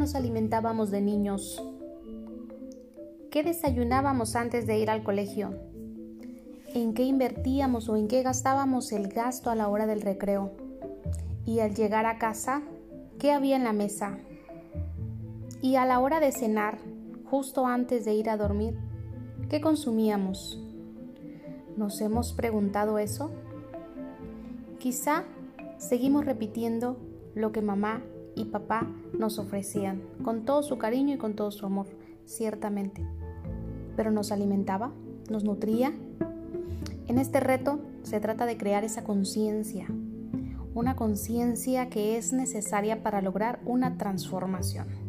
nos alimentábamos de niños? ¿Qué desayunábamos antes de ir al colegio? ¿En qué invertíamos o en qué gastábamos el gasto a la hora del recreo? Y al llegar a casa, ¿qué había en la mesa? Y a la hora de cenar, justo antes de ir a dormir, ¿qué consumíamos? ¿Nos hemos preguntado eso? Quizá seguimos repitiendo lo que mamá y papá nos ofrecían, con todo su cariño y con todo su amor, ciertamente. Pero ¿nos alimentaba? ¿Nos nutría? En este reto se trata de crear esa conciencia, una conciencia que es necesaria para lograr una transformación.